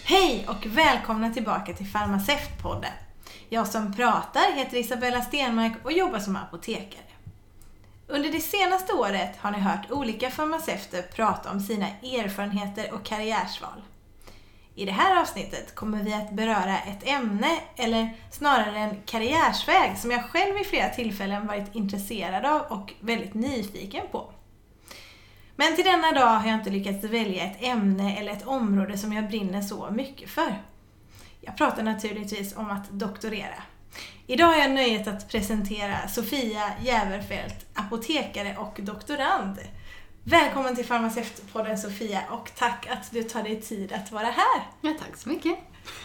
Hej och välkomna tillbaka till Farmaceutpodden. Jag som pratar heter Isabella Stenmark och jobbar som apotekare. Under det senaste året har ni hört olika farmaceuter prata om sina erfarenheter och karriärsval. I det här avsnittet kommer vi att beröra ett ämne, eller snarare en karriärsväg som jag själv i flera tillfällen varit intresserad av och väldigt nyfiken på. Men till denna dag har jag inte lyckats välja ett ämne eller ett område som jag brinner så mycket för. Jag pratar naturligtvis om att doktorera. Idag har jag nöjet att presentera Sofia Jäverfelt, apotekare och doktorand. Välkommen till Farmaceutpodden Sofia och tack att du tar dig tid att vara här. Ja, tack så mycket.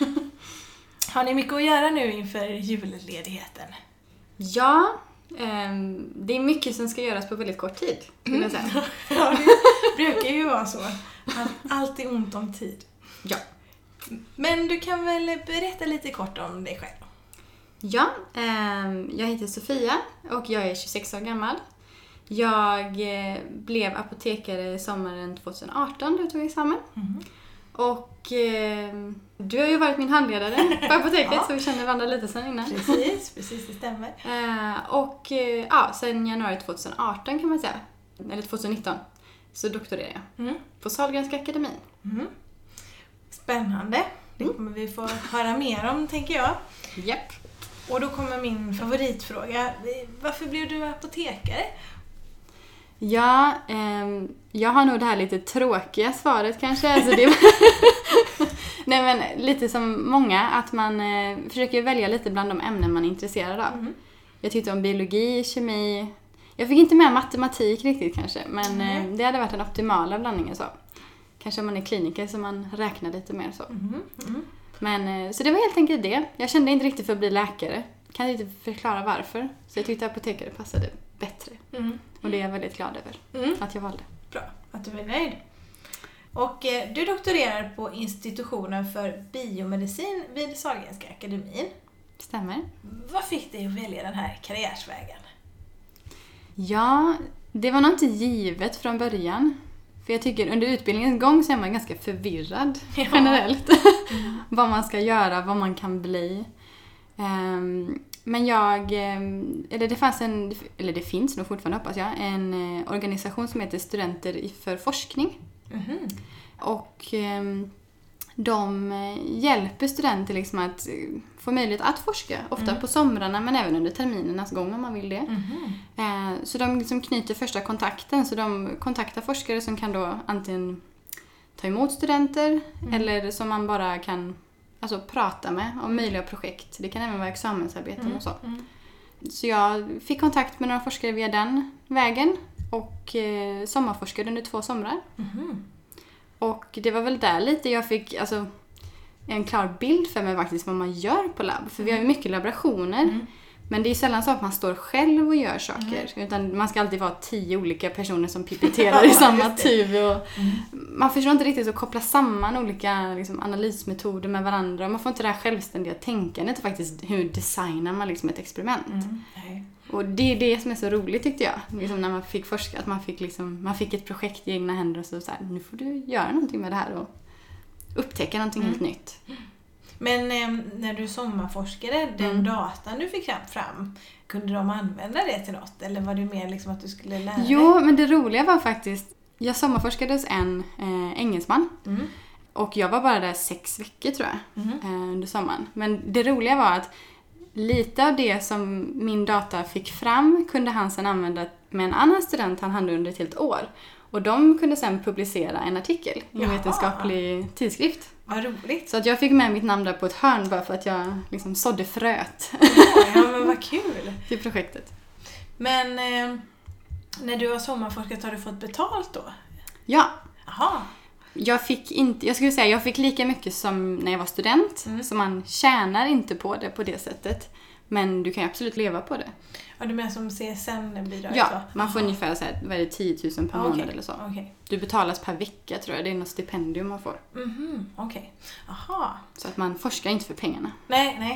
Har ni mycket att göra nu inför julledigheten? Ja, det är mycket som ska göras på väldigt kort tid. Jag säga. Ja, det brukar ju vara så. Allt är ont om tid. Ja. Men du kan väl berätta lite kort om dig själv? Ja, jag heter Sofia och jag är 26 år gammal. Jag blev apotekare sommaren 2018 då jag tog examen. Och du har ju varit min handledare på apoteket så vi känner varandra lite sen innan. Precis, det stämmer. Och sen januari 2018 kan man säga, eller 2019, så doktorerade jag på Sahlgrenska akademin. Spännande. Det kommer vi få höra mer om, tänker jag. Japp. Och då kommer min favoritfråga. Varför blev du apotekare? Ja, jag har nog det här lite tråkiga svaret kanske. Alltså det Nej, men lite som många, att man försöker välja lite bland de ämnen man är intresserad av. Jag tyckte om biologi, kemi. Jag fick inte med matematik riktigt kanske, men det hade varit den optimala blandningen så. Kanske om man är kliniker så man räknar lite mer så. Men så det var helt enkelt det. Jag kände inte riktigt för att bli läkare. Kan inte förklara varför. Så jag tyckte apotekare passade bättre. Och det är jag väldigt glad över att jag valde. Bra, att du är nöjd. Och du doktorerar på institutionen för biomedicin vid Sahlgrenska akademin. Stämmer. Vad fick dig att välja den här karriärsvägen? Ja, det var nog inte givet från början. För jag tycker under utbildningens gång så är man ganska förvirrad generellt. Vad man ska göra, vad man kan bli. Men det finns nog fortfarande hoppas jag, en organisation som heter Studenter för forskning. Och de hjälper studenter liksom att få möjlighet att forska, ofta på somrarna men även under terminernas gång om man vill det. Så de liksom knyter första kontakten, så de kontaktar forskare som kan då antingen ta emot studenter eller som man bara kan prata med om möjliga projekt. Det kan även vara examensarbeten och så. Så jag fick kontakt med några forskare via den vägen och sommarforskade under 2 somrar. Och det var väl där lite jag fick en klar bild för mig faktiskt vad man gör på labb. För vi har ju mycket laborationer. Men det är sällan så att man står själv och gör saker. Utan man ska alltid vara 10 olika personer som pipetterar i samma tub. Och man förstår inte riktigt att koppla samman olika analysmetoder med varandra. Man får inte det här självständiga tänkandet faktiskt. Hur designar man ett experiment? Och det är det som är så roligt tyckte jag. När man fick forska. Att man fick ett projekt i egna händer och så här, nu får du göra någonting med det här och upptäcka någonting helt nytt. Men när du sommarforskade, den datan du fick fram, kunde de använda det till något? Eller var det mer att du skulle lära dig? Jo, men det roliga var faktiskt, jag sommarforskade hos en engelsman. Och jag var bara där 6 veckor tror jag, under sommaren. Men det roliga var att lite av det som min data fick fram kunde han sedan använda med en annan student han hade under ett helt år. Och de kunde sedan publicera en artikel i en vetenskaplig tidskrift. Vad roligt. Så att jag fick med mitt namn där på ett hörn bara för att jag sådde fröet. Ja, men vad kul. Till projektet. Men när du har sommarforskat har du fått betalt då? Ja. Aha. Jag fick lika mycket som när jag var student. Så man tjänar inte på det på det sättet. Men du kan ju absolut leva på det. Ja, du menar som CSN-bidrag? Ja, man får ungefär 10 000 per månad eller så. Okay. Du betalas per vecka tror jag. Det är något stipendium man får. Okej. Aha. Så att man forskar inte för pengarna. Nej.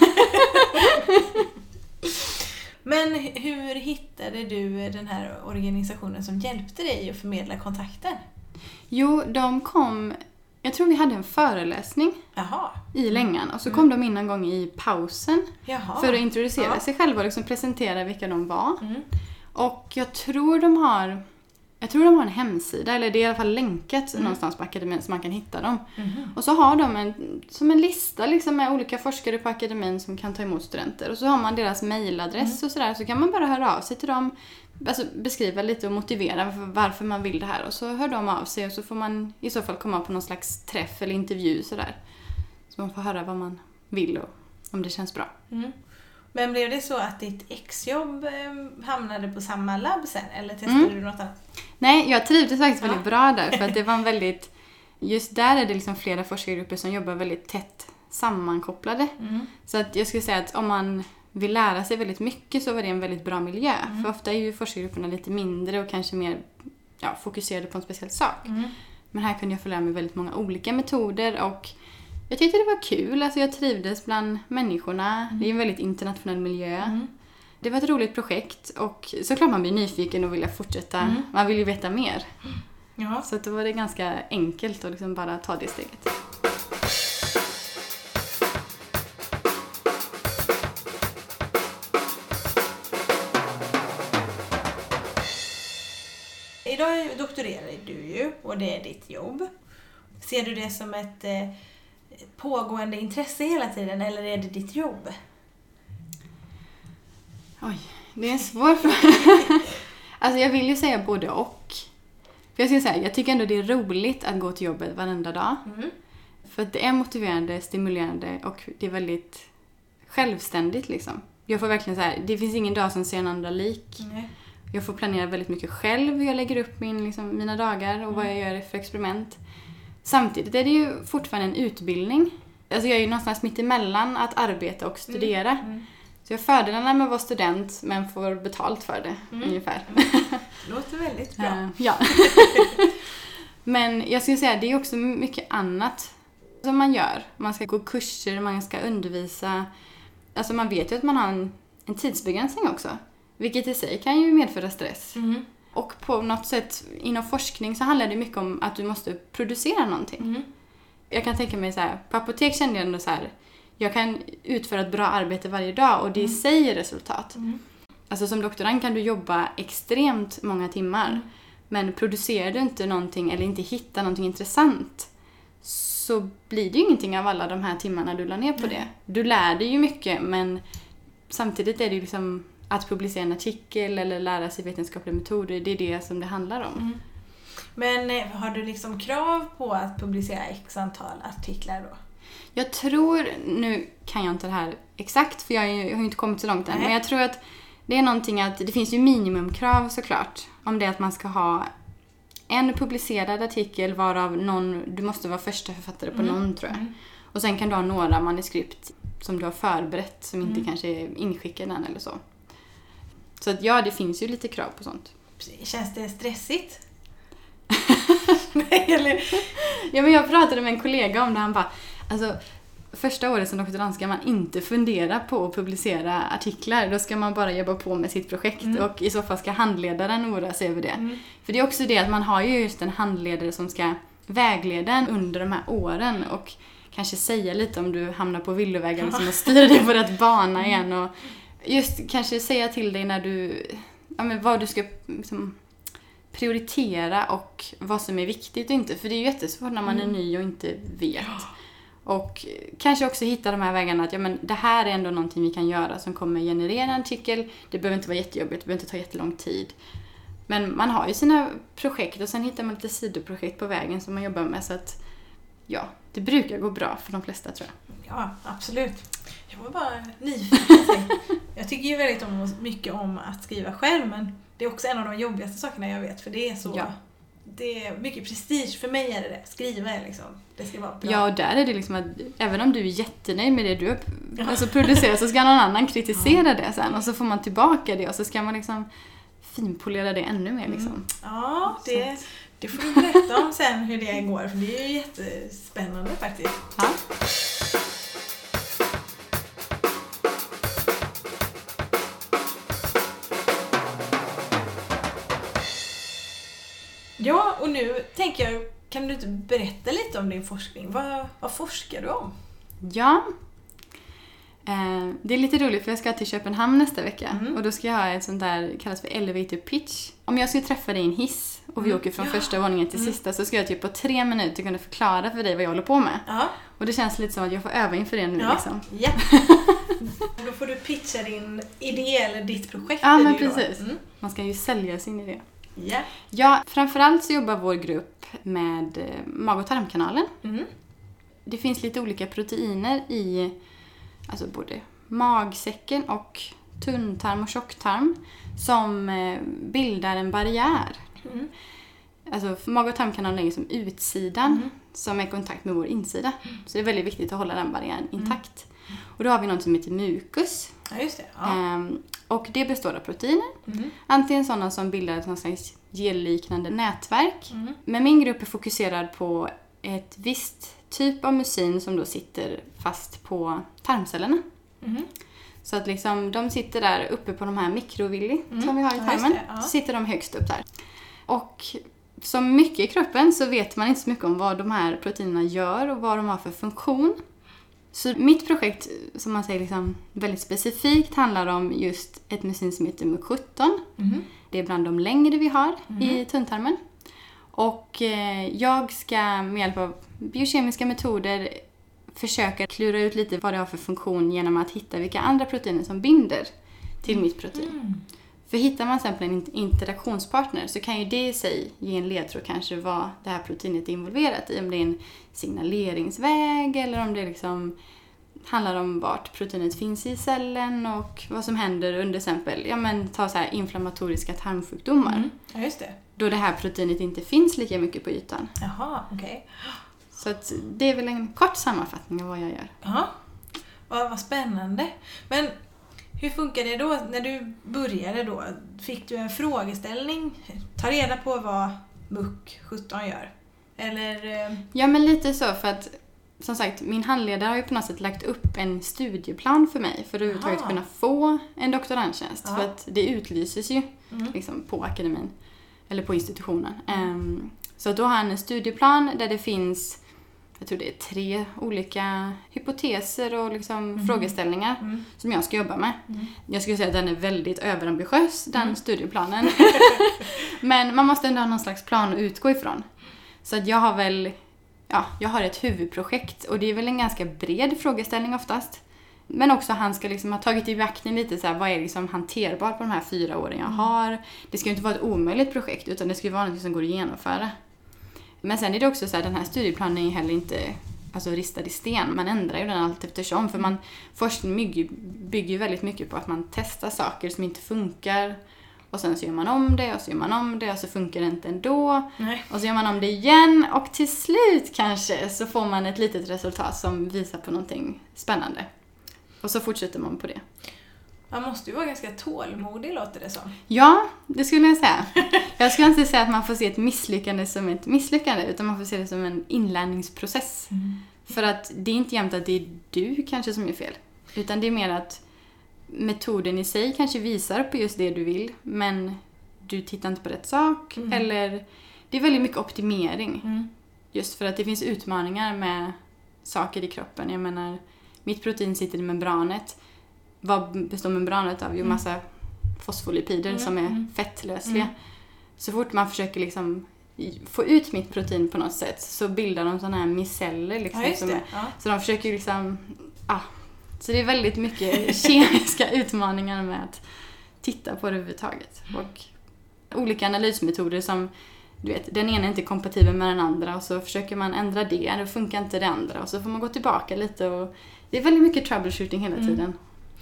Men hur hittade du den här organisationen som hjälpte dig att förmedla kontakter? Jo, de kom Jag tror vi hade en föreläsning i längan. Och så kom de in en gång i pausen för att introducera sig själva och liksom presentera vilka de var. Och jag tror de har en hemsida, eller det är i alla fall länkat någonstans på akademin så man kan hitta dem. Och så har de en lista liksom med olika forskare på akademin som kan ta emot studenter. Och så har man deras mailadress och sådär, så kan man bara höra av sig till dem. Alltså beskriva lite och motivera varför man vill det här. Och så hör de av sig och så får man i så fall komma på någon slags träff eller intervju sådär. Så man får höra vad man vill och om det känns bra. Men blev det så att ditt exjobb hamnade på samma labb sen? Eller testade du något annat? Nej, jag trivdes faktiskt väldigt bra där. För att det var en väldigt... Just där är det liksom flera forskargrupper som jobbar väldigt tätt sammankopplade. Så att jag skulle säga att om man vill lära sig väldigt mycket så var det en väldigt bra miljö. För ofta är ju forskargrupperna lite mindre och kanske mer fokuserade på en speciell sak. Men här kunde jag få lära mig väldigt många olika metoder och jag tyckte det var kul. Alltså jag trivdes bland människorna. Det är en väldigt internationell miljö. Det var ett roligt projekt och såklart man blir nyfiken och vill fortsätta. Man vill ju veta mer. Ja. Så då var det ganska enkelt att liksom bara ta det steget. Idag doktorerar du ju och det är ditt jobb. Ser du det som ett pågående intresse hela tiden eller är det ditt jobb? Oj, det är en svår fråga. Alltså jag vill ju säga både och. För jag tycker ändå det är roligt att gå till jobbet varenda dag. För att det är motiverande, stimulerande och det är väldigt självständigt liksom. Jag får verkligen det finns ingen dag som ser en andra lik. Jag får planera väldigt mycket själv hur jag lägger upp mina dagar och vad jag gör för experiment. Samtidigt är det ju fortfarande en utbildning. Alltså jag är ju någonstans mitt emellan att arbeta och studera. Så jag har fördelarna med att vara student men får betalt för det ungefär. Det låter väldigt bra. Ja. Men jag skulle säga att det är också mycket annat som man gör. Man ska gå kurser, man ska undervisa. Alltså man vet ju att man har en tidsbegränsning också. Vilket i sig kan ju medföra stress. Och på något sätt inom forskning så handlar det mycket om att du måste producera någonting. Jag kan tänka mig på apotek kände jag ändå jag kan utföra ett bra arbete varje dag och det i sig är resultat. Alltså som doktorand kan du jobba extremt många timmar. Men producerar du inte någonting eller inte hittar någonting intressant så blir det ju ingenting av alla de här timmarna du la ner på det. Du lär dig ju mycket men samtidigt är det ju liksom att publicera en artikel eller lära sig vetenskapliga metoder, det är det som det handlar om. Men har du liksom krav på att publicera x antal artiklar då? Jag tror, nu kan jag inte det här exakt för jag har ju inte kommit så långt än, men jag tror att det är någonting att det finns ju minimumkrav såklart. Om det är att man ska ha en publicerad artikel varav du måste vara första författare på någon tror jag. Och sen kan du ha några manuskript som du har förberett som inte kanske är inskickade än eller så. Så att det finns ju lite krav på sånt. Känns det stressigt? Nej, eller? Ja, men jag pratade med en kollega om det. Han bara, alltså första året som doktorand ska man inte fundera på att publicera artiklar. Då ska man bara jobba på med sitt projekt och i så fall ska handledaren oroa sig över det. För det är också det att man har ju just en handledare som ska vägleda en under de här åren och kanske säga lite om du hamnar på villovägar liksom, och styra dig på rätt bana igen och just kanske säga till dig när du vad du ska liksom, prioritera och vad som är viktigt och inte. För det är ju jättesvårt när man är ny och inte vet. Och kanske också hitta de här vägarna att det här är ändå någonting vi kan göra som kommer generera en artikel. Det behöver inte vara jättejobbigt, det behöver inte ta jättelång tid. Men man har ju sina projekt och sen hittar man lite sidoprojekt på vägen som man jobbar med. Så att det brukar gå bra för de flesta tror jag. Ja, absolut. Jag var bara nyfiken. Jag tycker ju väldigt mycket om att skriva själv men det är också en av de jobbigaste sakerna jag vet för det är så... Det är mycket prestige för mig är det. Skriva är liksom, det ska vara bra. Ja, och där är det liksom att även om du är jättenöjd med det du producerar så ska någon annan kritisera det sen och så får man tillbaka det och så ska man liksom finpolera det ännu mer liksom. Ja, det får du berätta om sen hur det går för det är ju jättespännande faktiskt. Ja. Ja, och nu tänker jag, kan Kan du berätta lite om din forskning? Vad forskar du om? Ja, det är lite roligt för jag ska till Köpenhamn nästa vecka. Och då ska jag ha ett sånt där, kallas för elevator pitch. Om jag skulle träffa dig i en hiss och vi åker från första våningen till sista, så ska jag typ på 3 minuter kunna förklara för dig vad jag håller på med. Ja. Och det känns lite som att jag får öva inför det nu liksom. Ja. Då får du pitcha din idé eller ditt projekt. Ja, men precis. Man ska ju sälja sin idé. Ja. Ja, framförallt så jobbar vår grupp med mag- och tarmkanalen. Det finns lite olika proteiner i alltså både magsäcken och tunntarm och tjocktarm som bildar en barriär. Alltså mag- och tarmkanalen är som utsidan som är i kontakt med vår insida. Så det är väldigt viktigt att hålla den barriären intakt. Och då har vi något som heter mucus. Ja, just det. Ja. Och det består av proteiner. Antingen sådana som bildar ett slags gelliknande nätverk. Men min grupp är fokuserad på ett visst typ av mucin som då sitter fast på tarmcellerna. Så att liksom, de sitter där uppe på de här mikrovilli som vi har i tarmen. Så sitter de högst upp där. Och som mycket i kroppen så vet man inte så mycket om vad de här proteinerna gör och vad de har för funktion. Så mitt projekt, som man säger liksom väldigt specifikt, handlar om just ett mucin som heter MUC17. Det är bland de längre vi har i tunntarmen. Och jag ska med hjälp av biokemiska metoder försöka klura ut lite vad det har för funktion genom att hitta vilka andra proteiner som binder till mitt protein. För hittar man till exempel en interaktionspartner så kan ju det i sig ge en ledtråd kanske vad det här proteinet är involverat i. Om det är en signaleringsväg eller om det liksom handlar om vart proteinet finns i cellen och vad som händer under exempel, ta så här inflammatoriska tarmsjukdomar. Ja, just det. Då det här proteinet inte finns lika mycket på ytan. Jaha, okej. Så att det är väl en kort sammanfattning av vad jag gör. Jaha, vad spännande. Men hur funkar det då när du började då? Fick du en frågeställning? Ta reda på vad MUC17 gör? Eller? Ja, men lite så, för att som sagt, min handledare har ju på något sätt lagt upp en studieplan för mig för att överhuvudtaget kunna få en doktorandtjänst. För att det utlyses ju liksom, på akademin eller på institutionen. Så då har han en studieplan där det finns, jag tror det är 3 olika hypoteser och liksom frågeställningar som jag ska jobba med. Jag skulle säga att den är väldigt överambitiös, den studieplanen. Men man måste ändå ha någon slags plan att utgå ifrån. Så att jag har väl, jag har ett huvudprojekt och det är väl en ganska bred frågeställning oftast. Men också han ska liksom ha tagit i beaktning lite så här, vad är liksom hanterbart på de här 4 åren jag har. Det ska ju inte vara ett omöjligt projekt utan det ska ju vara något som går att genomföra. Men sen är det också så här, den här studieplanen är heller inte ristad i sten. Man ändrar ju den allt eftersom. För forskning bygger ju väldigt mycket på att man testar saker som inte funkar. Och sen så gör man om det och så gör man om det och så funkar det inte ändå. Nej. Och så gör man om det igen och till slut kanske så får man ett litet resultat som visar på någonting spännande. Och så fortsätter man på det. Man måste ju vara ganska tålmodig, låter det som. Ja, det skulle jag säga. Jag skulle inte säga att man får se ett misslyckande som ett misslyckande, utan man får se det som en inlärningsprocess. För att det är inte jämt att det är du kanske som är fel. Utan det är mer att metoden i sig kanske visar på just det du vill, men du tittar inte på rätt sak. Eller det är väldigt mycket optimering. Just för att det finns utmaningar med saker i kroppen. Jag menar, mitt protein sitter i membranet. Vad består membranet av? Jo, massa fosfolipider som är fettlösliga. Så fort man försöker liksom få ut mitt protein på något sätt så bildar de sådana här miceller. Liksom, så de försöker liksom... Så det är väldigt mycket kemiska utmaningar med att titta på det överhuvudtaget. Och olika analysmetoder som, du vet, den ena är inte kompatibel med den andra och så försöker man ändra det, då funkar inte det andra och så får man gå tillbaka lite och det är väldigt mycket troubleshooting hela tiden.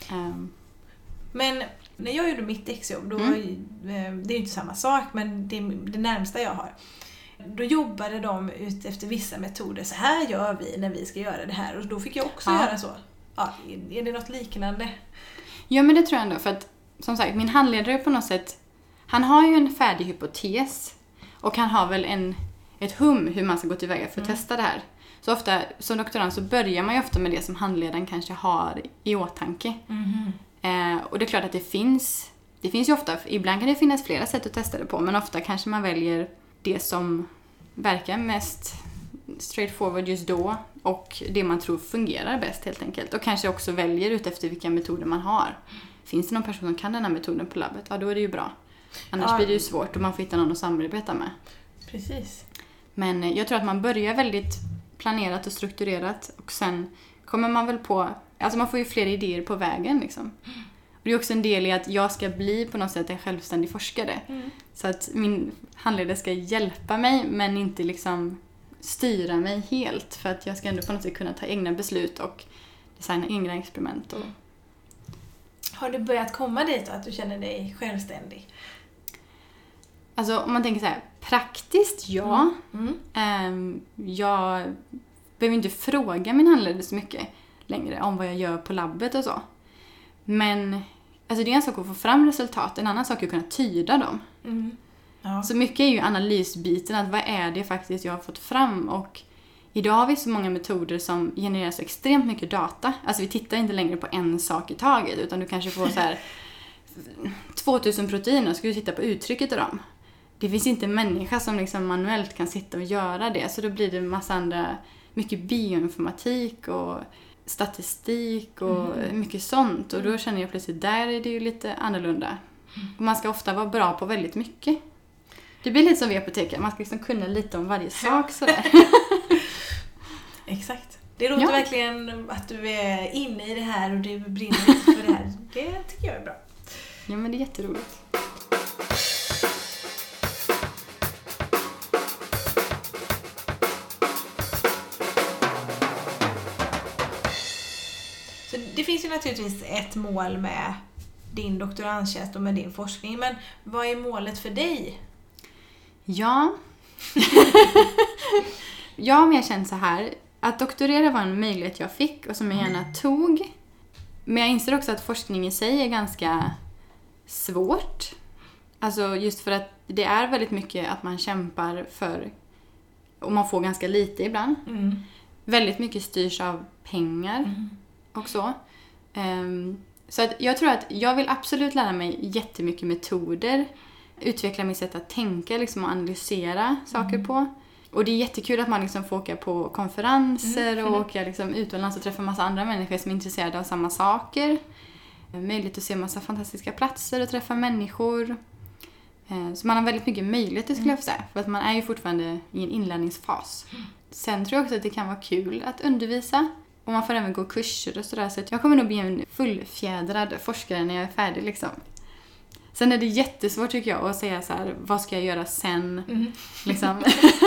Men när jag gjorde mitt exjobb, då det är ju inte samma sak, men det närmsta jag har. Då jobbade de ut efter vissa metoder. Så här gör vi när vi ska göra det här. Och då fick jag också göra så. Ja, är det något liknande? Ja, men det tror jag ändå. För att, som sagt, min handledare på något sätt, han har ju en färdig hypotes. Och han har väl ett hur man ska gå tillväga för att testa det här. Så ofta, som doktorand så börjar man ju ofta med det som handledaren kanske har i åtanke. Och det är klart att det finns ju ofta, ibland kan det finnas flera sätt att testa det på. Men ofta kanske man väljer det som verkar mest straightforward just då och det man tror fungerar bäst helt enkelt. Och kanske också väljer ut efter vilka metoder man har. Finns det någon person som kan den här metoden på labbet, ja då är det ju bra. Annars blir det ju svårt och man får hitta någon att samarbeta med. Precis. Men jag tror att man börjar väldigt planerat och strukturerat och sen kommer man väl på, alltså man får ju fler idéer på vägen liksom. Och det är också en del i att jag ska bli på något sätt en självständig forskare. Så att min handledare ska hjälpa mig men inte liksom styra mig helt för att jag ska ändå på något sätt kunna ta egna beslut och designa egna experiment. Och... Har du börjat komma dit då, att du känner dig självständig? Alltså om man tänker så här, praktiskt ja. Jag behöver inte fråga min handledare så mycket längre om vad jag gör på labbet och så. Men alltså det är en sak att få fram resultat, en annan sak är att kunna tyda dem. Ja. Så mycket är ju analysbiten, att vad är det faktiskt jag har fått fram, och idag har vi så många metoder som genererar så extremt mycket data. Alltså vi tittar inte längre på en sak i taget, utan du kanske får så här 2000 proteiner och ska du titta på uttrycket av dem. Det finns inte en människa som liksom manuellt kan sitta och göra det, så då blir det en massa andra, mycket bioinformatik och statistik och mycket sånt, och då känner jag plötsligt där är det ju lite annorlunda. Och man ska ofta vara bra på väldigt mycket. Det blir lite som vi apotekare, man ska liksom kunna lite om varje sak sådär. Exakt. Det låter verkligen att du är inne i det här och du brinner lite för det här. Det tycker jag är bra. Ja, men det är jätteroligt. Så det finns ju naturligtvis ett mål med din doktorandtjänst och med din forskning, men vad är målet för dig? Ja. Jag har mer känt så här, att doktorera var en möjlighet jag fick och som jag gärna tog. Men jag inser också att forskning i sig är ganska svårt. Alltså just för att det är väldigt mycket att man kämpar för, och man får ganska lite ibland. Väldigt mycket styrs av pengar och så. Så att jag tror att jag vill absolut lära mig jättemycket metoder. Utveckla mitt sätt att tänka liksom, och analysera saker på. Och det är jättekul att man liksom får åka på konferenser och åka liksom utomlands och träffa massa andra människor som är intresserade av samma saker. Möjlighet att se massa fantastiska platser och träffa människor. Så man har väldigt mycket möjligheter skulle jag säga. För att man är ju fortfarande i en inlärningsfas. Sen tror jag också att det kan vara kul att undervisa. Och man får även gå kurser och sådär. Så att jag kommer nog bli en fullfjädrad forskare när jag är färdig liksom. Sen är det jättesvårt tycker jag att säga så här, vad ska jag göra sen? Liksom.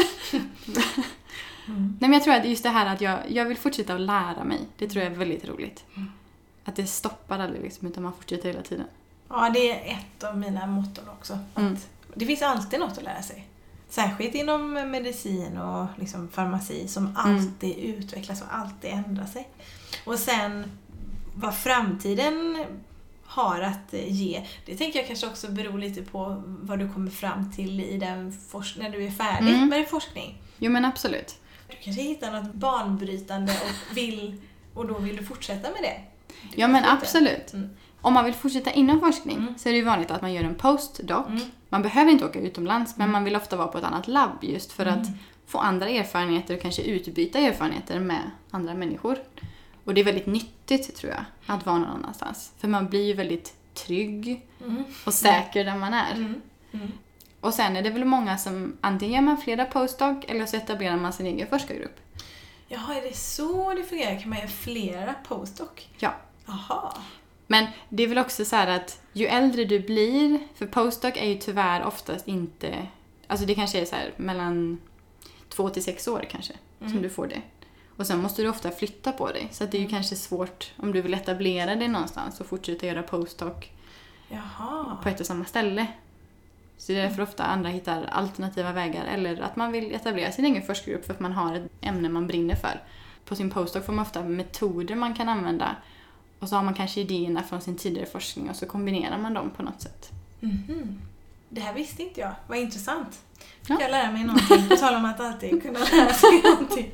Nej, men jag tror att just det här att jag vill fortsätta att lära mig. Det tror jag är väldigt roligt. Att det stoppar aldrig liksom, utan man fortsätter hela tiden. Ja, det är ett av mina motton också. Att det finns alltid något att lära sig. Särskilt inom medicin och liksom farmaci som alltid utvecklas och alltid ändrar sig. Och sen vad framtiden har att ge, det tänker jag kanske också beror lite på vad du kommer fram till i den när du är färdig med din forskning. Jo, men absolut. Du kanske hittar något banbrytande och då vill du fortsätta med det. Ja, men absolut. Om man vill fortsätta inom forskning så är det ju vanligt att man gör en postdoc. Man behöver inte åka utomlands, men man vill ofta vara på ett annat labb just för att få andra erfarenheter och kanske utbyta erfarenheter med andra människor. Och det är väldigt nyttigt tror jag att vara någon annanstans. För man blir ju väldigt trygg och säker där man är. Och sen är det väl många som antingen gör man flera postdoc eller så etablerar man sin egen forskargrupp. Jaha, är det så det fungerar? Kan man göra flera postdoc? Ja. Jaha. Men det är väl också så här att ju äldre du blir, för postdoc är ju tyvärr oftast inte, alltså det kanske är så här mellan 2 till 6 år kanske som du får det. Och sen måste du ofta flytta på dig. Så att det är ju kanske svårt om du vill etablera dig någonstans och fortsätta göra postdoc på ett och samma ställe. Så det är därför ofta andra hittar alternativa vägar. Eller att man vill etablera sin egen forskargrupp för att man har ett ämne man brinner för. På sin postdoc får man ofta metoder man kan använda. Och så har man kanske idéerna från sin tidigare forskning och så kombinerar man dem på något sätt. Det här visste inte jag. Vad intressant. Fick jag lära mig någonting. På tal om att alltid kunna lära sig någonting.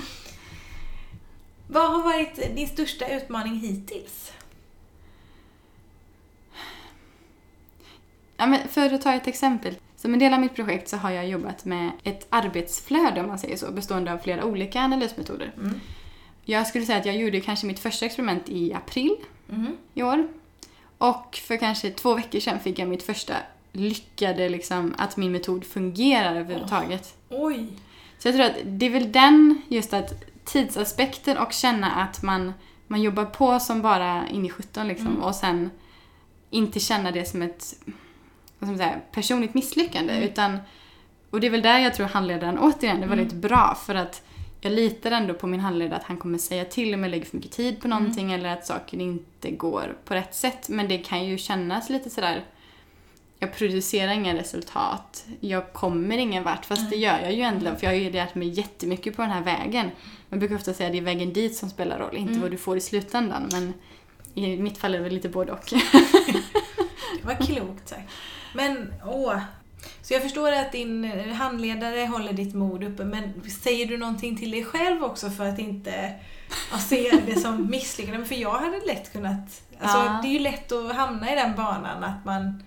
Vad har varit din största utmaning hittills? Ja, men för att ta ett exempel Som en del av mitt projekt så har jag jobbat med ett arbetsflöde, om man säger så, bestående av flera olika analysmetoder. Jag skulle säga att jag gjorde kanske mitt första experiment i april i år. Och för kanske 2 veckor sedan fick jag mitt första lyckade, liksom, att min metod fungerar överhuvudtaget. Oj! Så jag tror att det är väl den, just att tidsaspekten och känna att man jobbar på som bara in i 17 liksom, och sen inte känna det som ett, vad ska man säga, personligt misslyckande. Utan, och det är väl där jag tror handledaren återigen är väldigt bra, för att jag litar ändå på min handledare att han kommer säga till om jag lägger för mycket tid på någonting eller att saker inte går på rätt sätt. Men det kan ju kännas lite sådär, jag producerar inga resultat, jag kommer ingen vart, fast det gör jag ju ändå, för jag har ju lärt mig jättemycket på den här vägen. Man brukar ofta säga att det är vägen dit som spelar roll, inte vad du får i slutändan, men i mitt fall är det lite både och. Det var klokt sagt. Men, så jag förstår att din handledare håller ditt mod uppe, men säger du någonting till dig själv också för att inte se det som misslyckande? För jag hade lätt kunnat, det är ju lätt att hamna i den banan att man...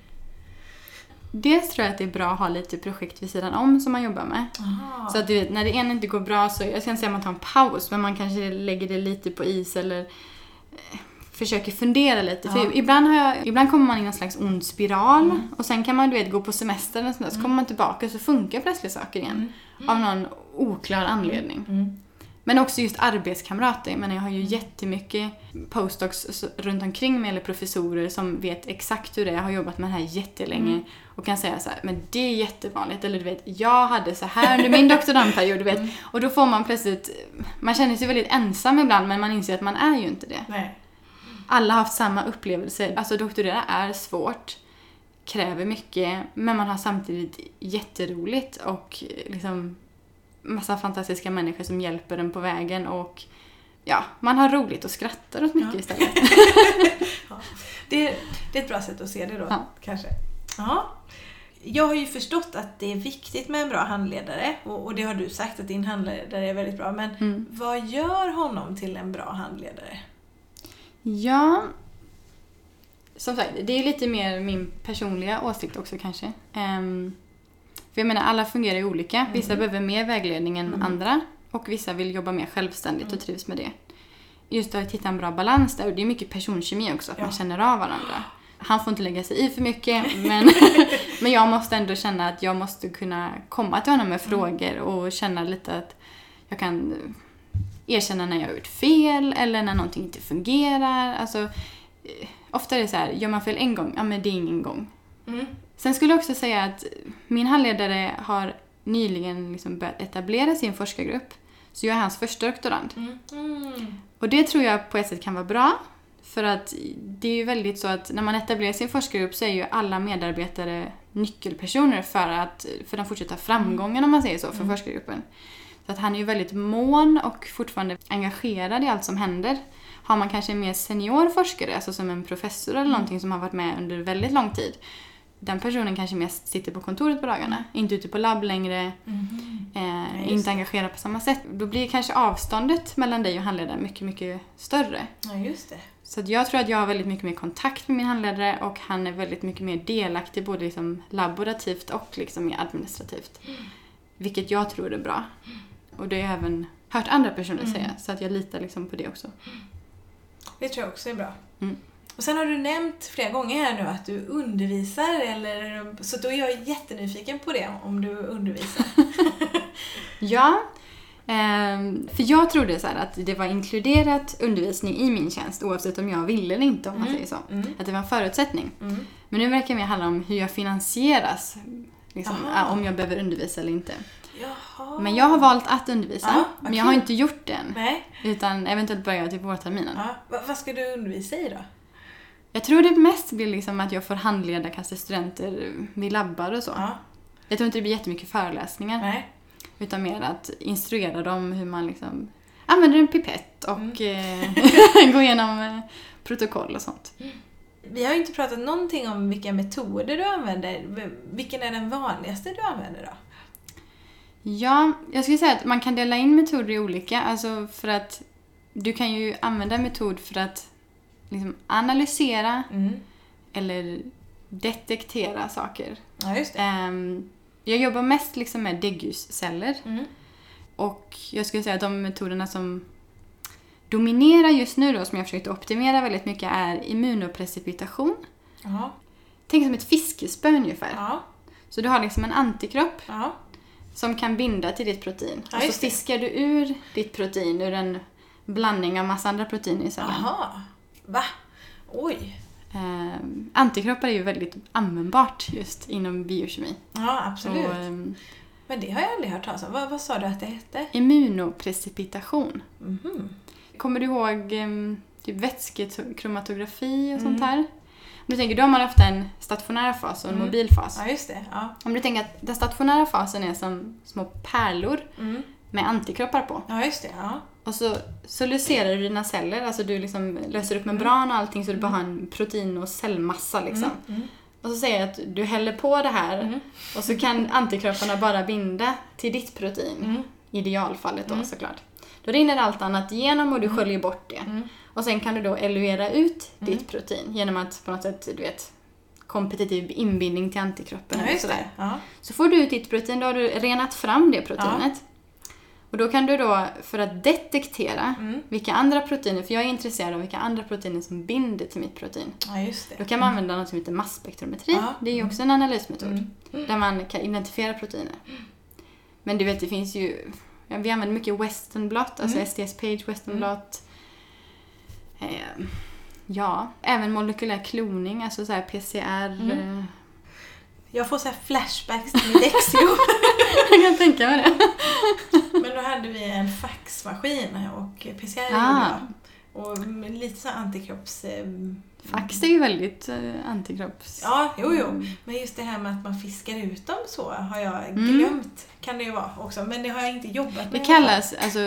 Dels tror jag att det är bra att ha lite projekt vid sidan om som man jobbar med. Aha. Så att du vet, när det ena inte går bra så, jag ska inte säga att man tar en paus, men man kanske lägger det lite på is eller försöker fundera lite. För ibland kommer man i en slags ond spiral och sen kan man gå på semester och så kommer man tillbaka och så funkar plötsligt saker igen av någon oklar anledning. Men också just arbetskamrater. Men jag har ju jättemycket postdocs runt omkring mig eller professorer som vet exakt hur det är. Jag har jobbat med det här jättelänge och kan säga så här, men det är jättevanligt. Eller du vet, jag hade så här under min doktorandperiod, du vet. Och då får man plötsligt, man känner sig väldigt ensam ibland, men man inser att man är ju inte det. Nej. Alla har haft samma upplevelse. Alltså doktorera är svårt, kräver mycket, men man har samtidigt jätteroligt och liksom massa fantastiska människor som hjälper en på vägen, och man har roligt och skrattar åt mycket istället. Det är ett bra sätt att se det då, kanske. Ja. Jag har ju förstått att det är viktigt med en bra handledare, och det har du sagt att din handledare är väldigt bra, men vad gör honom till en bra handledare? Ja, som sagt, det är lite mer min personliga åsikt också kanske. För jag menar, alla fungerar ju olika. Vissa behöver mer vägledning än andra, och vissa vill jobba mer självständigt och trivs med det. Just att hitta en bra balans där, och det är mycket personkemi också, att man känner av varandra. Han får inte lägga sig i för mycket, men jag måste ändå känna att jag måste kunna komma till honom med frågor och känna lite att jag kan erkänna när jag har gjort fel eller när någonting inte fungerar. Alltså, ofta är det så här, gör man fel en gång, men det är ingen gång. Sen skulle jag också säga att min handledare har nyligen liksom börjat etablera sin forskargrupp. Så jag är hans första doktorand. Och det tror jag på ett sätt kan vara bra. För att det är ju väldigt så att när man etablerar sin forskargrupp så är ju alla medarbetare nyckelpersoner för den fortsatta framgången, om man säger så, för forskargruppen. Så att han är ju väldigt mån och fortfarande engagerad i allt som händer. Har man kanske en mer senior forskare, alltså som en professor eller någonting som har varit med under väldigt lång tid, den personen kanske mest sitter på kontoret på dagarna, inte ute på labb längre, inte engagerad på samma sätt. Då blir kanske avståndet mellan dig och handledaren mycket, mycket större. Ja, just det. Så att jag tror att jag har väldigt mycket mer kontakt med min handledare, och han är väldigt mycket mer delaktig både liksom laborativt och liksom mer administrativt. Vilket jag tror är bra. Och det har jag även hört andra personer säga, så att jag litar liksom på det också. Det tror jag också är bra. Och sen har du nämnt flera gånger här nu att du undervisar, så då är jag jättenyfiken på det, om du undervisar. Ja, för jag trodde så här att det var inkluderat undervisning i min tjänst, oavsett om jag ville eller inte, om man säger så. Att det var en förutsättning. Men nu verkar det mer handla om hur jag finansieras, liksom, om jag behöver undervisa eller inte. Jaha. Men jag har valt att undervisa, men jag har inte gjort det än. Nej. Utan eventuellt börjar jag till vårterminen. Vad ska du undervisa i då? Jag tror det mest blir liksom att jag får handleda kanske studenter vid labbar och så. Jag tror inte det blir jättemycket föreläsningar. Nej. Utan mer att instruera dem hur man liksom använder en pipett och gå igenom protokoll och sånt. Vi har ju inte pratat någonting om vilka metoder du använder. Vilken är den vanligaste du använder då? Ja, jag skulle säga att man kan dela in metoder i olika. Alltså för att du kan ju använda en metod för att liksom analysera eller detektera saker. Ja, just det. Jag jobbar mest liksom med däggdjursceller. Och jag skulle säga att de metoderna som dominerar just nu då, som jag försökt optimera väldigt mycket, är immunoprecipitation. Ja. Tänk som ett fiskespö ungefär. Ja. Så du har liksom en antikropp Ja. som kan binda till ditt protein. Ja, och så just det. fiskar du ur ditt protein ur en blandning av massa andra proteiner i cellen. Jaha. Va? Oj. Antikroppar är ju väldigt användbart just inom biokemi. Ja, absolut. Och, Men det har jag aldrig hört talas om. Vad sa du att det hette? immunoprecipitation. Mhm. Kommer du ihåg typ vätskekromatografi och sånt här? Om du tänker, då har man haft en stationär fas och en mobil fas. Ja, just det. Ja. Om du tänker att den stationära fasen är som små pärlor med antikroppar på. Ja, just det. Ja. Och så lyserar du dina celler, alltså du liksom löser upp membran och allting så du bara har en protein- och cellmassa liksom. Och så säger jag att du häller på det här och så kan antikropparna bara binda till ditt protein. Idealfallet då såklart. Då rinner allt annat igenom och du sköljer bort det. Och sen kan du då eluera ut ditt protein genom att på något sätt, du vet, kompetitiv inbindning till antikroppen. Ja, eller just sådär. det. Ja. Så får du ut ditt protein, då har du renat fram det proteinet. Och då kan du då, för att detektera vilka andra proteiner, för jag är intresserad av vilka andra proteiner som binder till mitt protein. Ja, just det. Då kan man använda något som heter masspektrometri. Ja. Det är ju också en analysmetod. Där man kan identifiera proteiner. Men du vet, det finns ju... Ja, vi använder mycket Western blot, alltså STS Page Western blot. Ja, även molekylär kloning, alltså så här PCR. Jag får så här flashbacks till mitt exjobb. Jag kan tänka mig det. Men då hade vi en faxmaskin och PCR gjorde jag. Och lite så antikropps... Fax är ju väldigt antikropps... Ja, jo. Men just det här med att man fiskar ut dem så har jag glömt. Kan det ju vara också. Men det har jag inte jobbat med. Det kallas alltså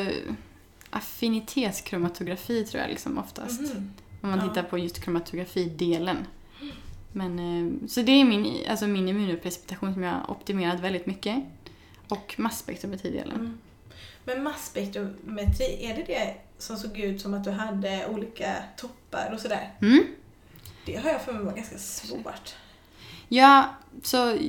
affinitetskromatografy tror jag liksom oftast. Om man tittar på just kromatografidelen. Men, så det är min immunoprecipitation som jag har optimerat väldigt mycket. Och masspektrometridelen. Men masspektrometri, är det som såg ut som att du hade olika toppar och sådär? Det har jag för mig var ganska svårt. Ja, så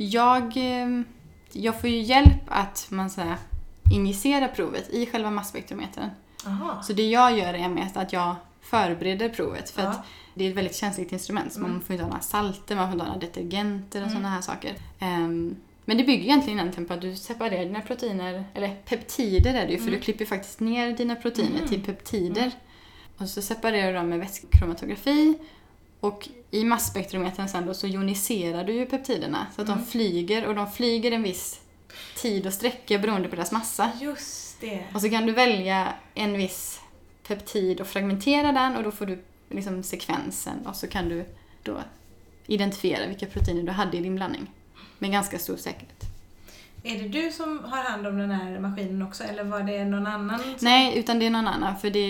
jag får ju hjälp att man så här, injicerar provet i själva masspektrometern. Aha. Så det jag gör är mest att jag förbereder provet. För att det är ett väldigt känsligt instrument. Så man får inte ha några salter, man får inte ha några detergenter och sådana här saker. Men det bygger egentligen på att du separerar dina proteiner, eller peptider är det ju, för du klipper faktiskt ner dina proteiner till peptider. Och så separerar du dem med vätskekromatografi. Och i masspektrometern sen då så joniserar du ju peptiderna så att de flyger, och de flyger en viss tid och sträcka beroende på deras massa. Just det. Och så kan du välja en viss peptid och fragmentera den, och då får du liksom sekvensen, och så kan du då identifiera vilka proteiner du hade i din blandning med ganska stor säkerhet. Är det du som har hand om den här maskinen också, eller var det någon annan? Nej, utan det är någon annan, för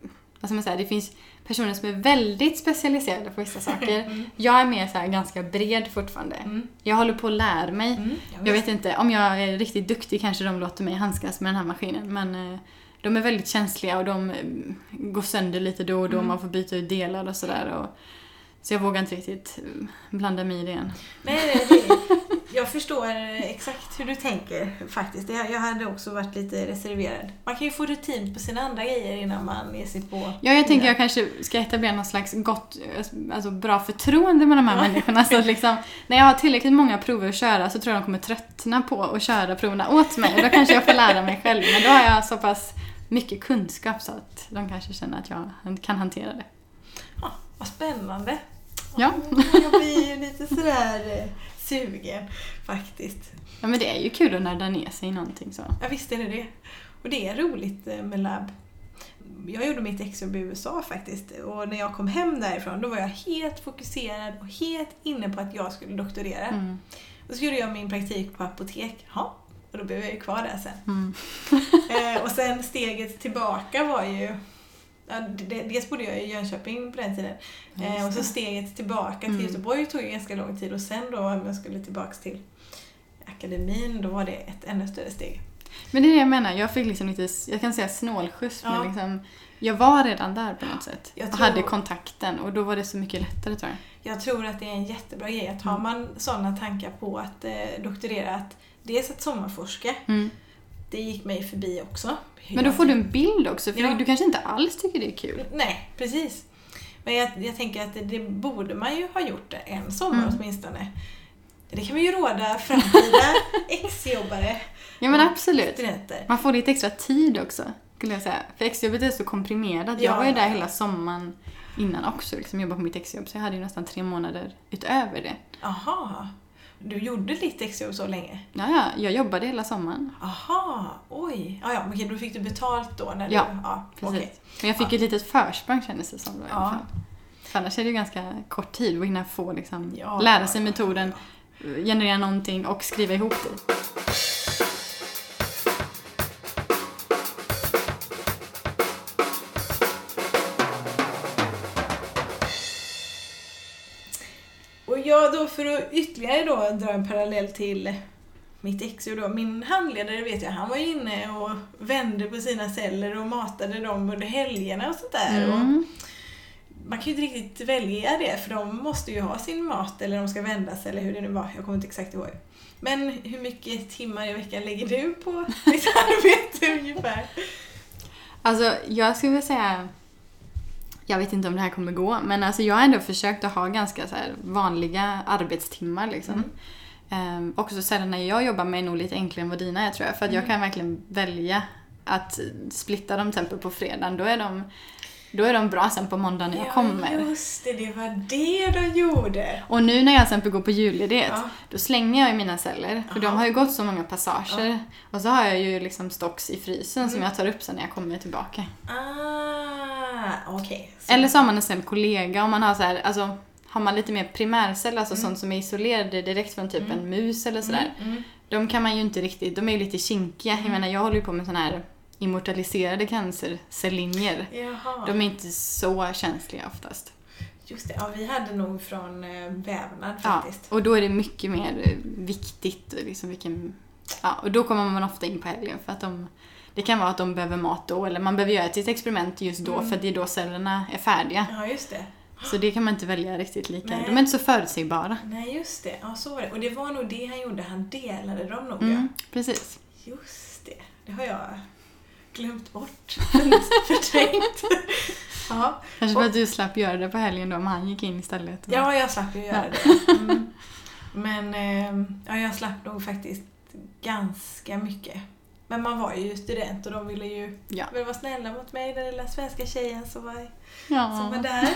det finns personer som är väldigt specialiserade på vissa saker. Jag är mer så här ganska bred fortfarande. Jag håller på att lära mig. Jag vet inte, om jag är riktigt duktig kanske de låter mig handskas med den här maskinen. Men de är väldigt känsliga och de går sönder lite då och då. Man får byta ut delar och sådär. Så jag vågar inte riktigt blanda mig i det än. Nej, jag förstår exakt hur du tänker faktiskt. Jag hade också varit lite reserverad. Man kan ju få rutin på sina andra grejer innan man ger sig på... Ja, jag tänker jag kanske ska etablera någon slags bra förtroende med de här människorna. Så att liksom, när jag har tillräckligt många prover att köra så tror jag de kommer tröttna på att köra proverna åt mig. Och då kanske jag får lära mig själv. Men då har jag så pass mycket kunskap så att de kanske känner att jag kan hantera det. Ja, vad spännande. Ja. Jag blir ju lite sådär sugen faktiskt. Ja, men det är ju kul att nörda ner sig i någonting så. Ja, visst är det. Och det är roligt med labb. Jag gjorde mitt exjobb i USA faktiskt. Och när jag kom hem därifrån då var jag helt fokuserad och helt inne på att jag skulle doktorera. Och så gjorde jag min praktik på apotek. Ja, och då blev jag ju kvar där sen. Och sen steget tillbaka var ju... Ja, dels bodde jag i Jönköping på den tiden. Och så steget tillbaka till Göteborg tog ju ganska lång tid. Och sen då om jag skulle tillbaka till akademin, då var det ett ännu större steg. Men det är det jag menar. Jag fick liksom lite, jag kan säga snålskjuts, Ja. men liksom, jag var redan där på något sätt. Jag Och tror- hade kontakten och då var det så mycket lättare, tror jag. Jag tror att det är en jättebra grej att har man sådana tankar på att doktorera, att dels att sommarforska, det gick mig förbi också. Men då får du en bild också, för Ja. du kanske inte alls tycker det är kul. Nej, precis. Men jag tänker att det borde man ju ha gjort en sommar åtminstone. Det kan vi ju råda framtida exjobbare. Ja, men absolut. Studenter. Man får lite extra tid också, skulle jag säga. För exjobbet är så komprimerat. Jag var ju där hela sommaren innan också, liksom jobbade på mitt exjobb. Så jag hade ju nästan 3 månader utöver det. Aha. Du gjorde lite exjobb så länge? Ja, jag jobbade hela sommaren. Aha, oj. Ja, okej, då fick du betalt då när Ja, du... Ja, precis. okej. Men jag fick ett litet försprång, kändes det som då, i alla Ja. fall. För annars är det ju ganska kort tid att hinna få liksom, Ja, lära sig metoden, generera någonting och skriva ihop det. Och jag då, för att ytterligare då dra en parallell till mitt exjobb då, min handledare vet jag, han var ju inne och vände på sina celler och matade dem under helgerna och sånt där. Och man kan ju inte riktigt välja det, för de måste ju ha sin mat eller de ska vändas eller hur det nu var, jag kommer inte exakt ihåg. Men hur mycket timmar i veckan lägger du på ditt arbete ungefär? Alltså, jag skulle vilja säga, jag vet inte om det här kommer gå, men alltså jag har ändå försökt att ha ganska så här vanliga arbetstimmar liksom. Också sällan när jag jobbar med är nog lite enklare än vad dina är, tror jag. För att jag kan verkligen välja att splitta dem till exempel på fredagen. Då är de bra sen på måndag när jag kommer. Ja, just det, det var det de gjorde. Och nu när jag till exempel går på julledighet, Ja. då slänger jag i mina celler. För de har ju gått så många passager. Ja. Och så har jag ju liksom stocks i frysen som jag tar upp sen när jag kommer tillbaka. Okej. Eller så har man en snäll kollega om man har så här, alltså har man lite mer primärceller, alltså sånt som är isolerade direkt från typ en mus eller sådär. De kan man ju inte riktigt, de är ju lite kinkiga. Jag menar, jag håller ju på med sån här immortaliserade cancercellinjer. Jaha. De är inte så känsliga oftast. Just det, ja, vi hade nog från vävnad Ja, faktiskt. och då är det mycket mer viktigt liksom och då kommer man ofta in på helgen för att det kan vara att de behöver mat då, eller man behöver göra ett experiment just då för att det är då cellerna är färdiga. Ja, just det. Så det kan man inte välja riktigt lika. Nej. De är inte så förutsägbara. Nej, just det. Ja, så var det. Och det var nog det han gjorde. Han delade dem nog, ja. Precis. Just det. Det har jag glömt bort. Förträngt. Ja. Kanske för att du slapp göra det på helgen då, om han gick in istället. Ja, jag slapp ju göra det. Men ja, jag slapp nog faktiskt ganska mycket. Men man var ju student och de ville ju vara snälla mot mig, den lilla svenska tjejen som var där.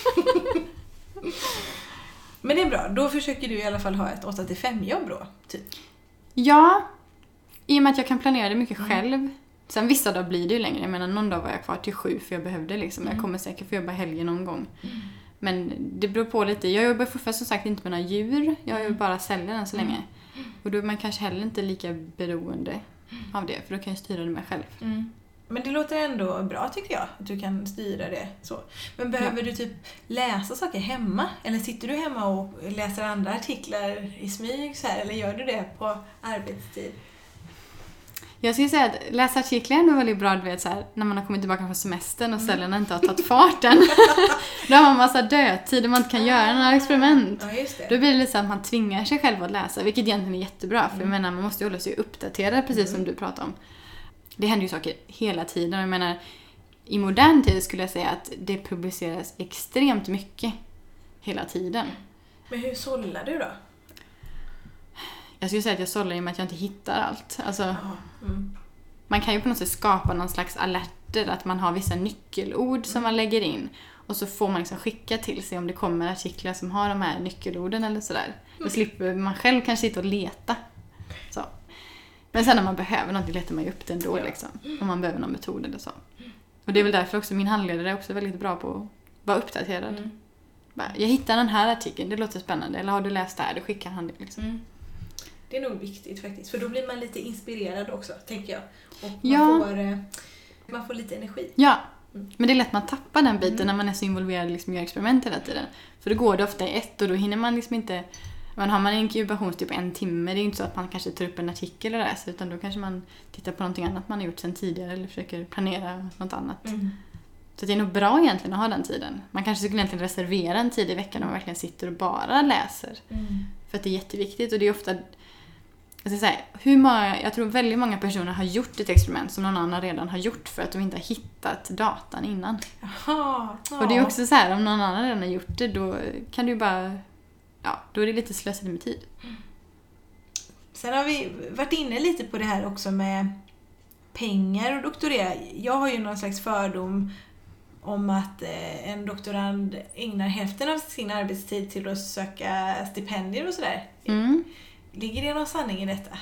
Men det är bra, då försöker du i alla fall ha ett 8-5 jobb då, typ. Ja, i och med att jag kan planera det mycket själv. Sen vissa dagar blir det ju längre. Jag menar, någon dag var jag kvar till 7 för jag behövde liksom. Jag kommer säkert få jobba helgen någon gång. Men det beror på lite. Jag jobbar fortfarande som sagt inte med några djur. Jag jobbar bara celler än så länge. Och då är man kanske heller inte lika beroende av det. För då kan jag styra det med själv. Men det låter ändå bra, tycker jag, att du kan styra det så. Men behöver du typ läsa saker hemma? Eller sitter du hemma och läser andra artiklar i smyg så här? Eller gör du det på arbetstid? Jag skulle säga att läsa artiklar är nog väldigt bra, du vet, så här, när man har kommit tillbaka från semestern och cellerna inte har tagit farten. Då har man massa dödtid och man inte kan göra några experiment. Ja, just det. Då blir det lite så att man tvingar sig själv att läsa, vilket egentligen är jättebra. För jag menar, man måste ju hålla sig uppdaterad, precis som du pratade om. Det händer ju saker hela tiden. Jag menar, i modern tid skulle jag säga att det publiceras extremt mycket hela tiden. Men hur sållar du då? Jag skulle säga att jag sållar i och med att jag inte hittar allt. Alltså, man kan ju på något sätt skapa någon slags alerter, att man har vissa nyckelord som man lägger in. Och så får man liksom skicka till sig om det kommer artiklar som har de här nyckelorden eller sådär. Då slipper man själv kanske sitta och leta. Så. Men sen när man behöver något, letar man ju upp det ändå liksom. Om man behöver någon metod eller så. Och det är väl därför också min handledare är också väldigt bra på att vara uppdaterad. Jag hittar den här artikeln, det låter spännande. Eller har du läst det här? Då skickar han det liksom. Det är nog viktigt faktiskt. För då blir man lite inspirerad också, tänker jag. Och man får lite energi. Ja, men det är lätt man tappar den biten när man är så involverad liksom, i experiment hela tiden. För då går det ofta i ett och då hinner man liksom inte... Men har man en inkubationstid på 1 timme, det är inte så att man kanske tar upp en artikel och läser, utan då kanske man tittar på någonting annat man har gjort sedan tidigare eller försöker planera något annat. Så det är nog bra egentligen att ha den tiden. Man kanske skulle egentligen reservera en tid i veckan om man verkligen sitter och bara läser. För att det är jätteviktigt, och det är ofta... Jag tror väldigt många personer har gjort ett experiment som någon annan redan har gjort för att de inte har hittat datan innan. Och det är också så här, om någon annan redan har gjort det, då kan du bara... Ja, då är det lite slösade med tid. Sen har vi varit inne lite på det här också med pengar och doktorera. Jag har ju någon slags fördom om att en doktorand ägnar hälften av sin arbetstid till att söka stipendier och sådär. Ligger det någon sanning i detta?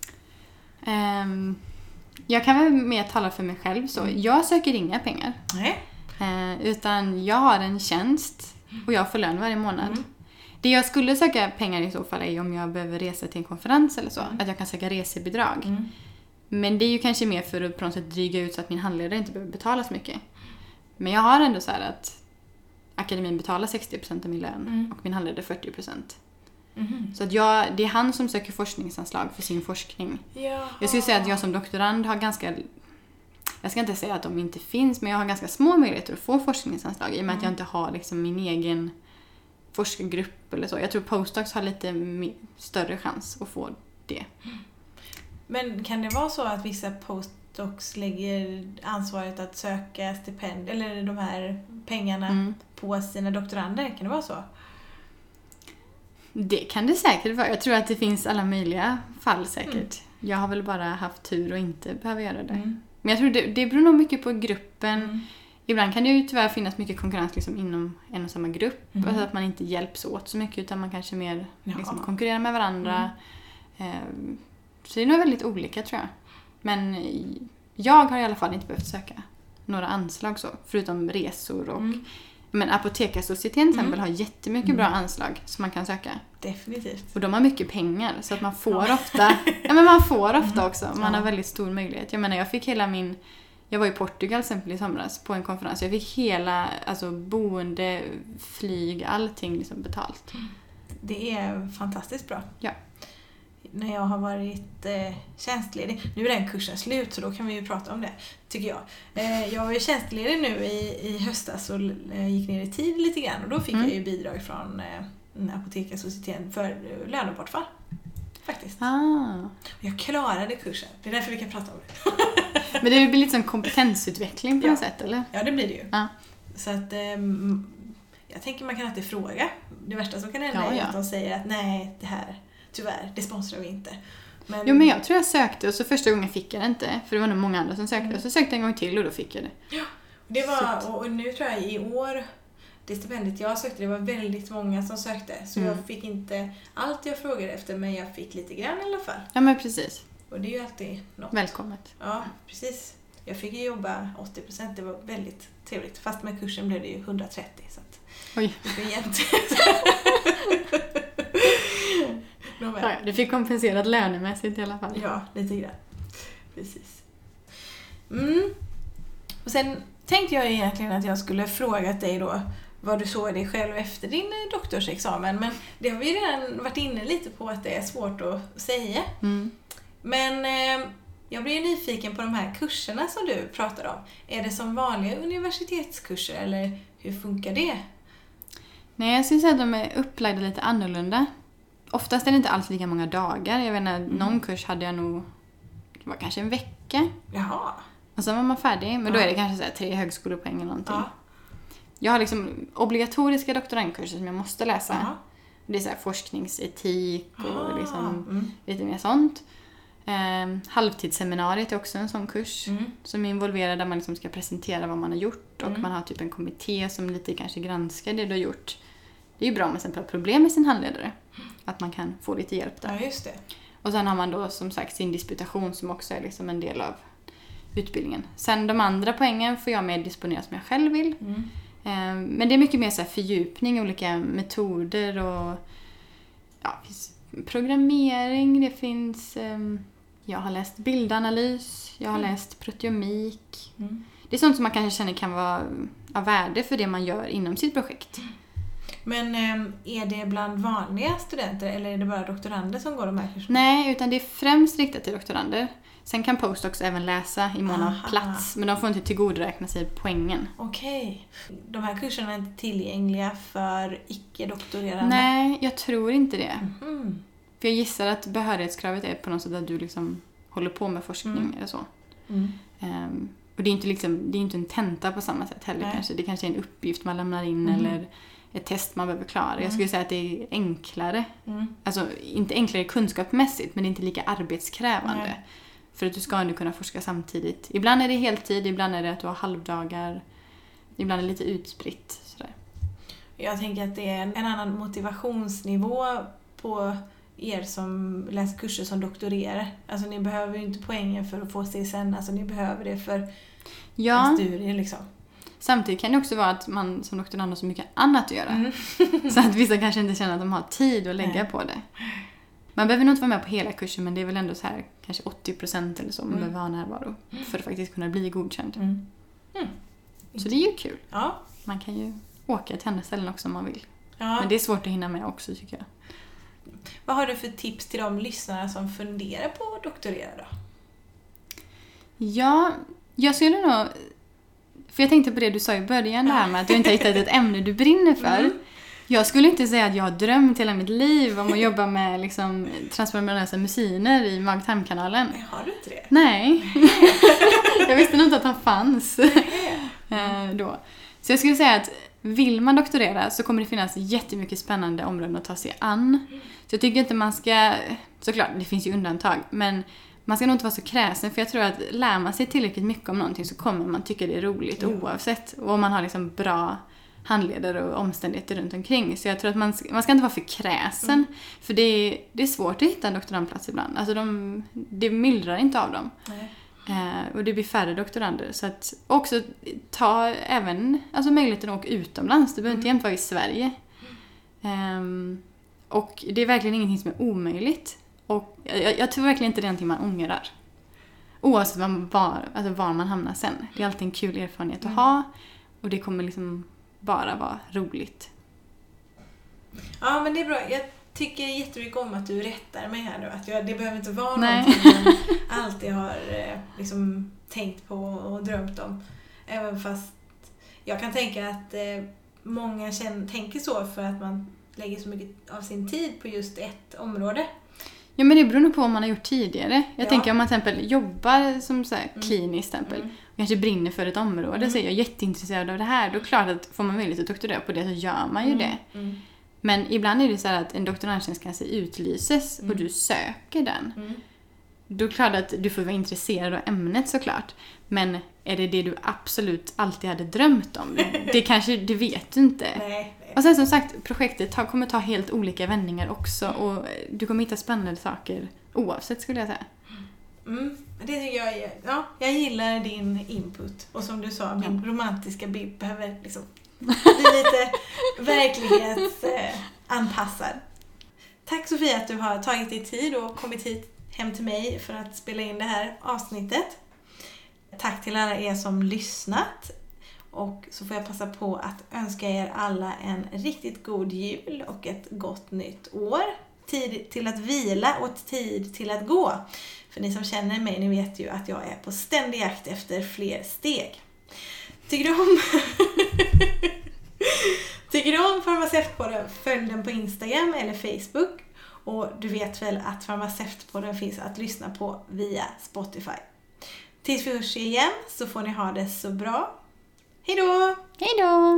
Jag kan väl mer tala för mig själv så. Jag söker inga pengar. Utan jag har en tjänst och jag får lön varje månad. Det jag skulle söka pengar i så fall är om jag behöver resa till en konferens eller så. Att jag kan söka resebidrag. Men det är ju kanske mer för att på något sätt dryga ut så att min handledare inte behöver betala så mycket. Men jag har ändå så här att akademin betalar 60% av min lön och min handledare 40%. Så att det är han som söker forskningsanslag för sin forskning. Jag skulle säga att jag som doktorand har ganska... Jag ska inte säga att de inte finns, men jag har ganska små möjligheter att få forskningsanslag i och med att jag inte har liksom min egen forskargrupp eller så. Jag tror postdocs har lite större chans att få det. Men kan det vara så att vissa postdocs lägger ansvaret att söka stipendier eller de här pengarna på sina doktorander? Kan det vara så? Det kan det säkert vara. Jag tror att det finns alla möjliga fall säkert. Jag har väl bara haft tur och inte behöver göra det. Men jag tror det beror nog mycket på gruppen. Ibland kan det ju tyvärr finnas mycket konkurrens liksom inom en och samma grupp. Alltså att man inte hjälps åt så mycket utan man kanske mer liksom konkurrerar med varandra. Så det är nog väldigt olika tror jag. Men jag har i alla fall inte behövt söka några anslag så. Förutom resor och... Men Apotekarsocieteten till exempel har jättemycket bra anslag som man kan söka. Definitivt. Och de har mycket pengar så att man får ofta... men man får ofta också. Man har väldigt stor möjlighet. Jag menar, jag fick hela min... Jag var i Portugal exempel i somras på en konferens. Jag fick hela boende, flyg, allting liksom betalt. Det är fantastiskt bra. Ja. När jag har varit tjänstledig. Nu är den kursen slut så då kan vi ju prata om det, tycker jag. Jag var ju tjänstledig nu i höstas och gick ner i tid lite grann. Och då fick jag ju bidrag från Apotekarsocieteten för lönebortfall. Faktiskt. Jag klarade kursen. Det är därför vi kan prata om det. Men det blir lite som kompetensutveckling på något sätt, eller? Ja, det blir det ju. Så att jag tänker man kan alltid fråga. Det värsta som kan hända är att de säger att nej, det här, tyvärr, det sponsrar vi inte. Men... Jo, men jag tror jag sökte och så första gången fick jag det inte. För det var nog många andra som sökte. Och så sökte jag en gång till och då fick jag det. Ja, det var, och nu tror jag i år, det stipendiet jag sökte, det var väldigt många som sökte. Så jag fick inte allt jag frågade efter, men jag fick lite grann i alla fall. Ja, men precis. Och det är ju alltid något. Välkommet. Ja, precis. Jag fick ju jobba 80%, det var väldigt trevligt. Fast med kursen blev det ju 130, så att det blev jämnt. Ja, du fick kompenserat lönemässigt i alla fall. Ja, lite grann. Precis. Och sen tänkte jag egentligen att jag skulle fråga dig då vad du såg dig själv efter din doktorsexamen. Men det har vi redan varit inne lite på att det är svårt att säga. Men jag blir nyfiken på de här kurserna som du pratar om. Är det som vanliga universitetskurser eller hur funkar det? Nej, jag skulle säga att de är upplagda lite annorlunda. Oftast är det inte alls lika många dagar. Jag vet inte, någon kurs hade jag nog... Det var kanske en vecka. Jaha. Och sen var man färdig. Men då är det kanske så här 3 högskolepoäng eller någonting. Jag har liksom obligatoriska doktorandkurser som jag måste läsa. Det är så här forskningsetik och liksom lite mer sånt. Halvtidsseminariet är också en sån kurs som är involverad där man liksom ska presentera vad man har gjort. Och man har typ en kommitté som lite kanske granskar det du har gjort. Det är ju bra med exempel problem med sin handledare. Att man kan få lite hjälp där. Ja, just det. Och sen har man då som sagt sin disputation som också är liksom en del av utbildningen. Sen de andra poängen får jag med disponera som jag själv vill. Men det är mycket mer så här fördjupning, olika metoder och programmering. Det finns... jag har läst bildanalys, jag har läst proteomik. Det är sånt som man kanske känner kan vara av värde för det man gör inom sitt projekt. Men är det bland vanliga studenter eller är det bara doktorander som går de här kurserna? Nej, utan det är främst riktat till doktorander. Sen kan postdocs även läsa i mån av plats, men de får inte tillgodoräkna sig poängen. Okej. De här kurserna är inte tillgängliga för icke-doktorerande? Nej, jag tror inte det. Mm. För jag gissar att behörighetskravet är på något sätt att du liksom håller på med forskning eller så. Och det är inte en tenta på samma sätt heller kanske. Det kanske är en uppgift man lämnar in eller ett test man behöver klara. Jag skulle säga att det är enklare. Alltså inte enklare kunskapsmässigt, men det är inte lika arbetskrävande. Nej. För att du ska ändå kunna forska samtidigt. Ibland är det heltid, ibland är det att du har halvdagar. Ibland är det lite utspritt. Sådär. Jag tänker att det är en annan motivationsnivå på er som läser kurser som doktorerar. Alltså ni behöver ju inte poängen för att få CSN. Alltså ni behöver det för studier liksom. Samtidigt kan det också vara att man som doktorand har så mycket annat att göra. Så att vissa kanske inte känner att de har tid att lägga på det. Man behöver nog inte vara med på hela kursen, men det är väl ändå så här kanske 80% eller så man behöver ha närvaro för att faktiskt kunna bli godkänd. Så det är ju kul. Ja. Man kan ju åka till hennes ställen också om man vill. Ja. Men det är svårt att hinna med också tycker jag. Vad har du för tips till de lyssnare som funderar på att doktorera då? Ja, jag skulle nog... För jag tänkte på det du sa i början, det här med att du inte har hittat ett ämne du brinner för. Jag skulle inte säga att jag har drömt hela mitt liv om att jobba med liksom, transformerade musiner i mag-tarmkanalen. Har du inte det? Nej. Jag visste nog inte att han fanns då. Så jag skulle säga att vill man doktorera så kommer det finnas jättemycket spännande områden att ta sig an. Så jag tycker inte man ska... Såklart, det finns ju undantag. Men man ska nog inte vara så kräsen. För jag tror att lär man sig tillräckligt mycket om någonting så kommer man tycka det är roligt oavsett. Och om man har liksom bra handledare och omständigheter runt omkring. Så jag tror att man ska inte vara för kräsen. För det är svårt att hitta en doktorandplats ibland. Alltså det myllrar inte av dem. Och det blir färre doktorander. Så att också ta även alltså möjligheten att åka utomlands. Det behöver inte jämt vara i Sverige. Och det är verkligen ingenting som är omöjligt. Och jag tror verkligen inte det är någonting man ångrar. Oavsett var man hamnar sen. Det är alltid en kul erfarenhet att ha. Och det kommer liksom bara vara roligt. Ja, men det är bra. Jag tycker jättemycket om att du rättar mig här nu. Att det behöver inte vara någonting man alltid har liksom tänkt på och drömt om. Även fast jag kan tänka att många tänker så för att man lägger så mycket av sin tid på just ett område. Ja, men det beror nog på vad man har gjort tidigare. Jag tänker om man till exempel jobbar som så här kliniskt exempel och kanske brinner för ett område så är jag jätteintresserad av det här. Då är det klart att får man möjlighet att doktorera på det så gör man ju det. Men ibland är det så här att en doktorandtjänst kanske utlyses och du söker den. Då är det klart att du får vara intresserad av ämnet såklart. Men är det du absolut alltid hade drömt om? Det vet du inte. Nej. Och sen som sagt, projektet kommer ta helt olika vändningar också. Och du kommer hitta spännande saker oavsett skulle jag säga. Det tycker jag gillar din input. Och som du sa, min romantiska bild behöver liksom bli lite verklighetsanpassad. Tack Sofia att du har tagit dig tid och kommit hit hem till mig för att spela in det här avsnittet. Tack till alla er som lyssnat. Och så får jag passa på att önska er alla en riktigt god jul och ett gott nytt år. Tid till att vila och tid till att gå. För ni som känner mig, ni vet ju att jag är på ständig jakt efter fler steg. Tycker du om Farmaceutpodden? Följ den på Instagram eller Facebook. Och du vet väl att Farmaceutpodden finns att lyssna på via Spotify. Tills vi hörs igen så får ni ha det så bra. Hej då! Hej då!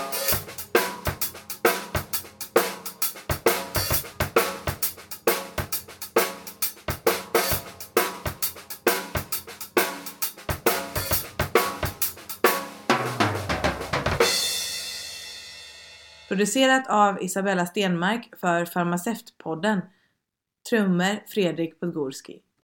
Producerat av Isabella Stenmark för Farmaceutpodden. Trummor Fredrik Podgorski.